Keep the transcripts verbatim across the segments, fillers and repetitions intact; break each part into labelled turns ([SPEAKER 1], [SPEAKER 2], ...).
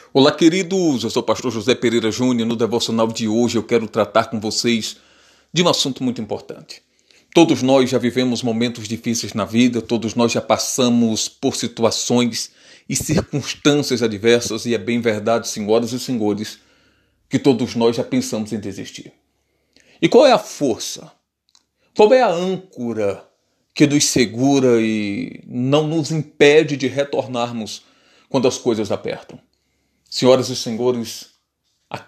[SPEAKER 1] Olá, queridos, eu sou o pastor José Pereira Júnior. No devocional de hoje eu quero tratar com vocês de um assunto muito importante. Todos nós já vivemos momentos difíceis na vida, todos nós já passamos por situações e circunstâncias adversas, e é bem verdade, senhoras e senhores, que todos nós já pensamos em desistir. E qual é a força? Qual é a âncora que nos segura e não nos impede de retornarmos quando as coisas apertam? Senhoras e senhores, a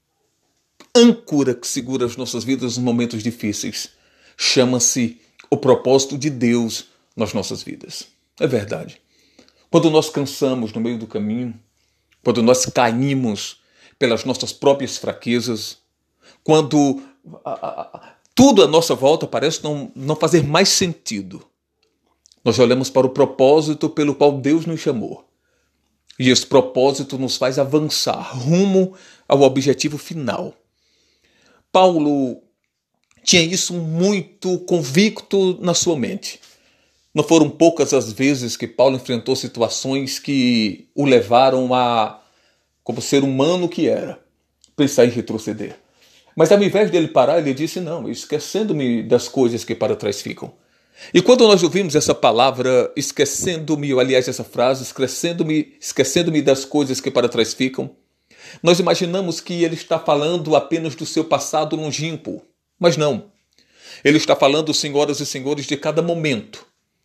[SPEAKER 1] âncora que segura as nossas vidas nos momentos difíceis chama-se o propósito de Deus nas nossas vidas. É verdade. Quando nós cansamos no meio do caminho, quando nós caímos pelas nossas próprias fraquezas, quando a, a, a, tudo à nossa volta parece não, não fazer mais sentido, nós olhamos para o propósito pelo qual Deus nos chamou. E esse propósito nos faz avançar rumo ao objetivo final. Paulo tinha isso muito convicto na sua mente. Não foram poucas as vezes que Paulo enfrentou situações que o levaram a, como ser humano que era, pensar em retroceder. Mas ao invés dele parar, ele disse, não, esquecendo-me das coisas que para trás ficam. E quando nós ouvimos essa palavra, esquecendo-me, ou aliás essa frase, esquecendo-me, esquecendo-me das coisas que para trás ficam, nós imaginamos que ele está falando apenas do seu passado longínquo. Mas não. Ele está falando, senhoras e senhores, de cada momento,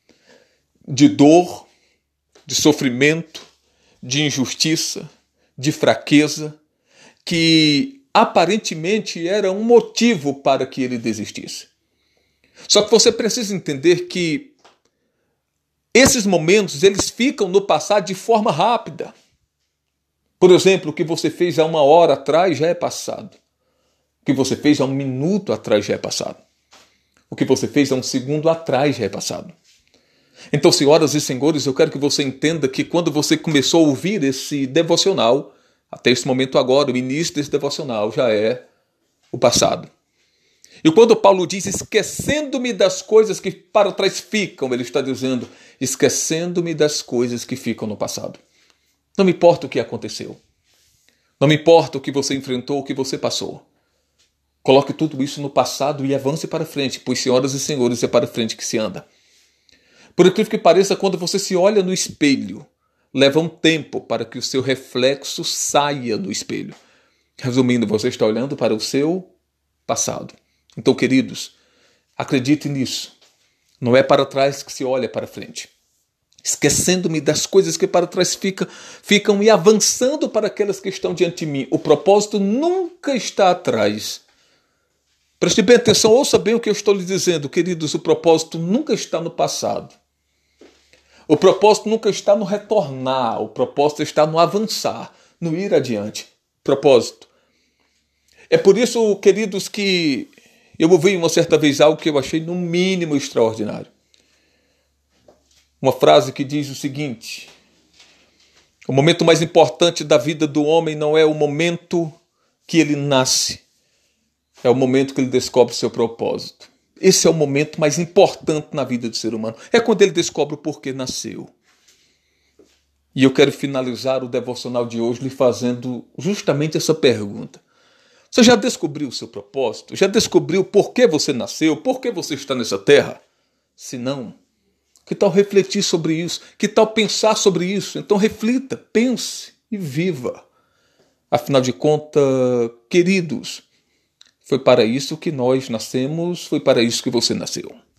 [SPEAKER 1] de dor, de sofrimento, de injustiça, de fraqueza, que aparentemente era um motivo para que ele desistisse. Só que você precisa entender que esses momentos, eles ficam no passado de forma rápida. Por exemplo, o que você fez há uma hora atrás já é passado. O que você fez há um minuto atrás já é passado. O que você fez há um segundo atrás já é passado. Então, senhoras e senhores, eu quero que você entenda que quando você começou a ouvir esse devocional, até esse momento agora, o início desse devocional já é o passado. E quando Paulo diz, esquecendo-me das coisas que para trás ficam, ele está dizendo, esquecendo-me das coisas que ficam no passado. Não me importa o que aconteceu. Não me importa o que você enfrentou, o que você passou. Coloque tudo isso no passado e avance para frente, pois, senhoras e senhores, é para frente que se anda. Por incrível que pareça, quando você se olha no espelho, leva um tempo para que o seu reflexo saia do espelho. Resumindo, você está olhando para o seu passado. Então, queridos, acredite nisso. Não é para trás que se olha, para frente. Esquecendo-me das coisas que para trás fica, ficam e avançando para aquelas que estão diante de mim. O propósito nunca está atrás. Preste bem atenção, ouça bem o que eu estou lhe dizendo, queridos. O propósito nunca está no passado. O propósito nunca está no retornar. O propósito está no avançar, no ir adiante. Propósito. É por isso, queridos, que eu ouvi uma certa vez algo que eu achei no mínimo extraordinário. Uma frase que diz o seguinte: o momento mais importante da vida do homem não é o momento que ele nasce, é o momento que ele descobre seu propósito. Esse é o momento mais importante na vida do ser humano. É quando ele descobre o porquê nasceu. E eu quero finalizar o devocional de hoje lhe fazendo justamente essa pergunta. Você já descobriu o seu propósito? Já descobriu por que você nasceu? Por que você está nessa terra? Se não, que tal refletir sobre isso? Que tal pensar sobre isso? Então reflita, pense e viva. Afinal de contas, queridos, foi para isso que nós nascemos, foi para isso que você nasceu.